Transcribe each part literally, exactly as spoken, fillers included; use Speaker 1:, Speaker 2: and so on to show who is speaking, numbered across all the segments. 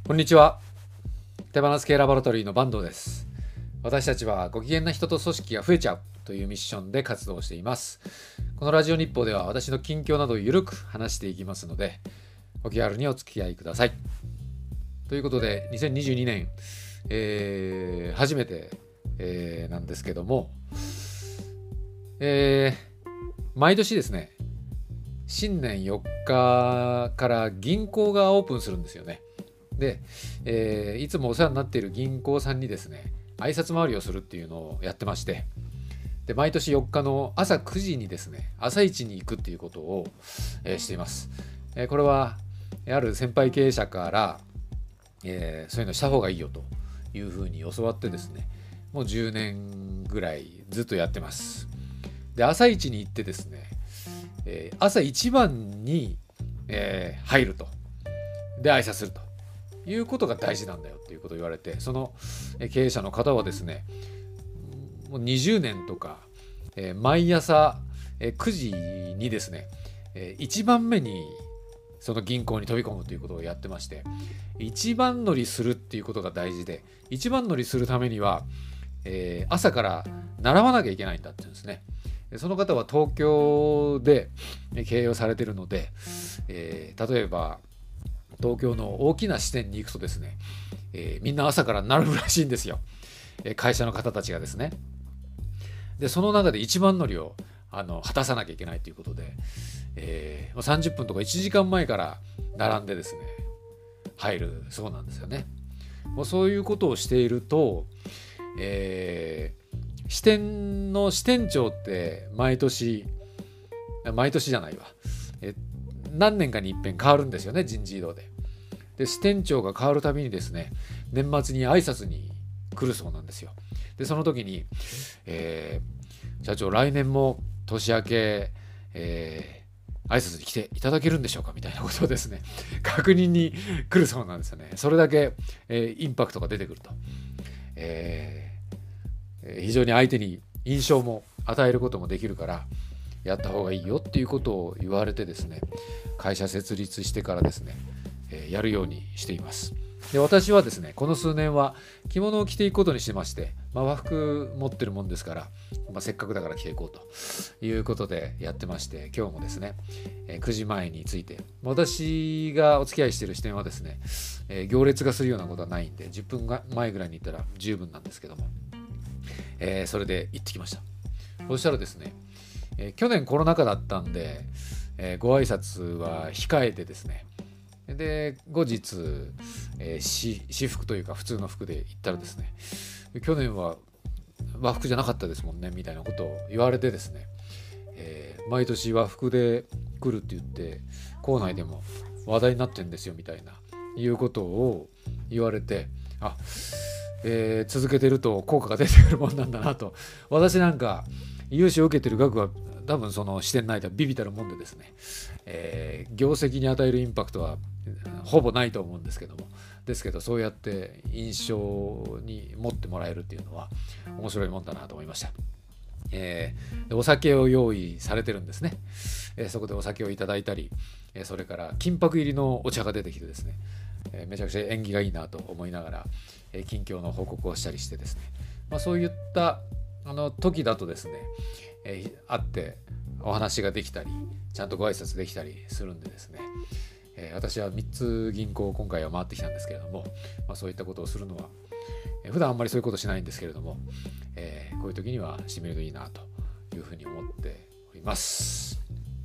Speaker 1: こんにちは。手放す系ラボラトリーの坂東です。私たちはご機嫌な人と組織が増えちゃうというミッションで活動しています。このラジオ日報では私の近況などをゆるく話していきますので、お気軽にお付き合いください。ということで、にせんにじゅうにねん、えー、初めて、えー、なんですけども、えー、毎年ですね、新年よっかから銀行がオープンするんですよね。で、えー、いつもお世話になっている銀行さんにですね、挨拶回りをするっていうのをやってまして、で毎年よっかの朝くじにですね、朝一に行くっていうことを、えー、しています。えー、これはある先輩経営者から、えー、そういうのした方がいいよというふうに教わってですね、もうじゅうねんぐらいずっとやってます。で、朝一に行ってですね、えー、朝一番に、えー、入ると。で、挨拶するということが大事なんだよっていうことを言われて、その経営者の方はですね、もうにじゅうねんとか、えー、毎朝くじにですね、えー、いちばんめにその銀行に飛び込むということをやってまして、一番乗りするっていうことが大事で、一番乗りするためには、えー、朝から習わなきゃいけないんだって言うんですね。その方は東京で経営をされているので、えー、例えば東京の大きな支店に行くとですね、えー、みんな朝から並ぶらしいんですよ。えー、会社の方たちがですね。で、その中で一番乗りをあの果たさなきゃいけないということで、えー、さんじゅっぷんとかいちじかんまえから並んでですね、入るそうなんですよね。もうそういうことをしていると、えー支店の支店長って毎年毎年じゃないわえ何年かに一遍変わるんですよね、人事異動で。で、支店長が変わるたびにですね、年末に挨拶に来るそうなんですよ。で、その時に、えー、社長来年も年明け、えー、挨拶に来ていただけるんでしょうかみたいなことをですね、確認に来るそうなんですよね。それだけ、えー、インパクトが出てくると。えー非常に相手に印象も与えることもできるからやった方がいいよっていうことを言われてですね、会社設立してからですね、えー、やるようにしています。で、私はですね、この数年は着物を着ていくことにしてまして、まあ、和服持ってるもんですから、まあ、せっかくだから着ていこうということでやってまして、今日もですね、えー、くじまえについて、私がお付き合いしている支店はですね、えー、行列がするようなことはないんでじゅっぷんまえぐらいに行ったら十分なんですけども、えー、それで行ってきました。そしたらですね、えー、去年コロナ禍だったんで、えー、ご挨拶は控えてですね、で後日、えー、私服というか普通の服で行ったらですね、去年は和服じゃなかったですもんねみたいなことを言われてですね、えー、毎年和服で来るって言って校内でも話題になってんですよみたいないうことを言われて、あ、えー、続けてると効果が出てくるもんなんだなと。私なんか融資を受けてる額は多分その視点ないとビビたるもんでですね、えー、業績に与えるインパクトはほぼないと思うんですけども、ですけどそうやって印象に持ってもらえるっていうのは面白いもんだなと思いました。えー、でお酒を用意されてるんですね。えー、そこでお酒をいただいたり、えー、それから金箔入りのお茶が出てきてですね、えー、めちゃくちゃ縁起がいいなと思いながら、えー、近況の報告をしたりしてですね、まあ、そういったあの時だとですね、えー、会ってお話ができたりちゃんとご挨拶できたりするんでですね、えー、私はみっつ銀行を今回は回ってきたんですけれども、まあ、そういったことをするのは、えー、普段あんまりそういうことしないんですけれども、えー、こういう時にはしてみるといいなというふうに思っております。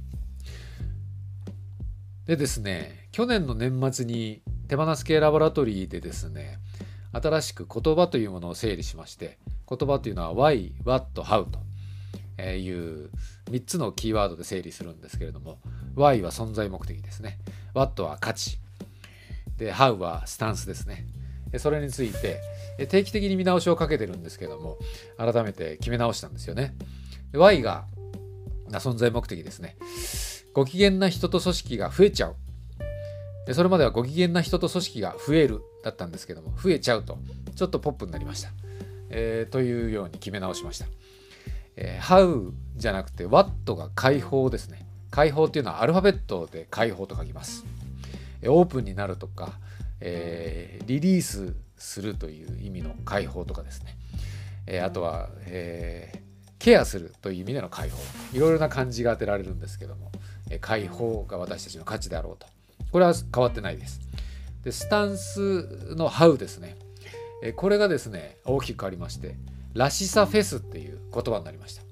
Speaker 1: でですね、去年の年末に手放す系ラボラトリーでですね、新しく言葉というものを整理しまして、言葉というのは Why, What, How というみっつのキーワードで整理するんですけれども、 Why は存在目的ですね、 What は価値で、 How はスタンスですね。それについて定期的に見直しをかけてるんですけども、改めて決め直したんですよね。 Why が存在目的ですね。ご機嫌な人と組織が増えちゃう。で、それまではご機嫌な人と組織が増えるだったんですけども、増えちゃうとちょっとポップになりました。えー、というように決め直しました。えー、How じゃなくて What が解放ですね。解放というのはアルファベットで解放と書きます。オープンになるとか、 えー、リリースするという意味の解放とかですね、えー、あとは、えー、ケアするという意味での解放、いろいろな漢字が当てられるんですけども、えー、解放が私たちの価値であろうと、これは変わってないです。でスタンスの ハウ ですね、えー、これがですね大きく変わりまして、らしさフェスっていう言葉になりました。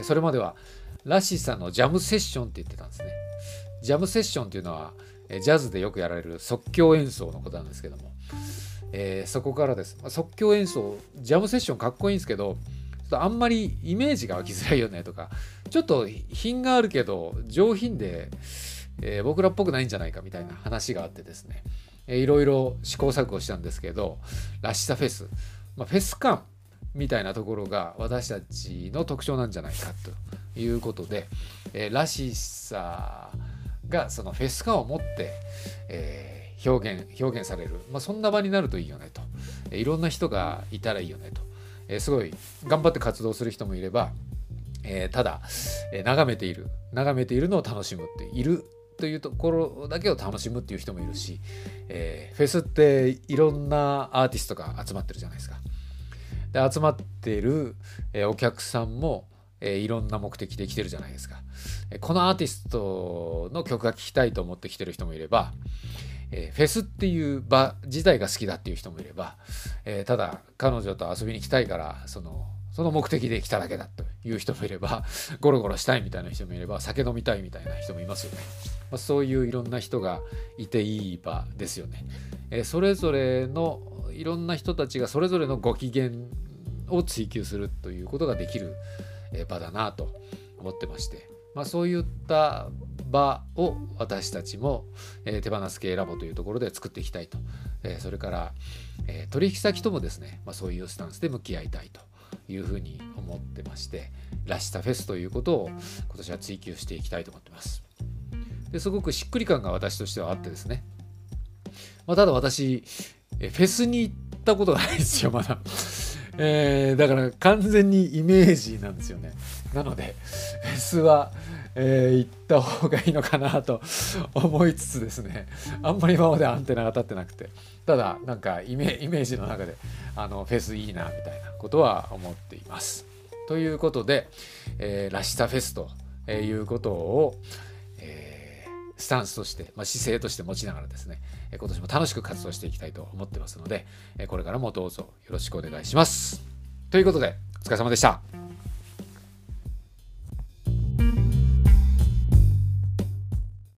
Speaker 1: それまではらしさのジャムセッションって言ってたんですね。ジャムセッションっていうのはジャズでよくやられる即興演奏のことなんですけども、えー、そこからです、まあ、即興演奏ジャムセッションかっこいいんですけど、ちょっとあんまりイメージが湧きづらいよねとか、ちょっと品があるけど上品で、えー、僕らっぽくないんじゃないかみたいな話があってですね、えー、いろいろ試行錯誤したんですけど、らしさフェス、まあ、フェス感みたいなところが私たちの特徴なんじゃないかということで、えー、らしさがそのフェス感を持って、えー、表現表現される、まあ、そんな場になるといいよねと、えー、いろんな人がいたらいいよねと、えー、すごい頑張って活動する人もいれば、えー、ただ、えー、眺めている眺めているのを楽しむっているというところだけを楽しむっていう人もいるし、えー、フェスっていろんなアーティストが集まってるじゃないですか。で集まっている、えー、お客さんも、えー、いろんな目的で来てるじゃないですか。えー、このアーティストの曲が聴きたいと思って来てる人もいれば、えー、フェスっていう場自体が好きだっていう人もいれば、えー、ただ彼女と遊びに来たいからそのその目的で来ただけだという人もいれば、ゴロゴロしたいみたいな人もいれば、酒飲みたいみたいな人もいますよね。まあ、そういういろんな人がいていい場ですよね。えー、それぞれのいろんな人たちがそれぞれのご機嫌を追求するということができる場だなと思ってまして、まあ、そういった場を私たちも、えー、手放す系ラボというところで作っていきたいと、えー、それから、えー、取引先ともですね、まあ、そういうスタンスで向き合いたいというふうに思ってまして、らしさフェスということを今年は追求していきたいと思ってます。ですごくしっくり感が私としてはあってですね、まあ、ただ私フェスに行ったことがないですよまだ。えー、だから完全にイメージなんですよね。なのでフェスは、えー、行った方がいいのかなと思いつつですね、あんまり今までアンテナが立ってなくて、ただなんかイメ、イメージの中であのフェスいいなみたいなことは思っています。ということで、えー、らしさフェスということを、えー、スタンスとして、まあ、姿勢として持ちながらですね、今年も楽しく活動していきたいと思ってますので、これからもどうぞよろしくお願いします。ということでお疲れ様でした。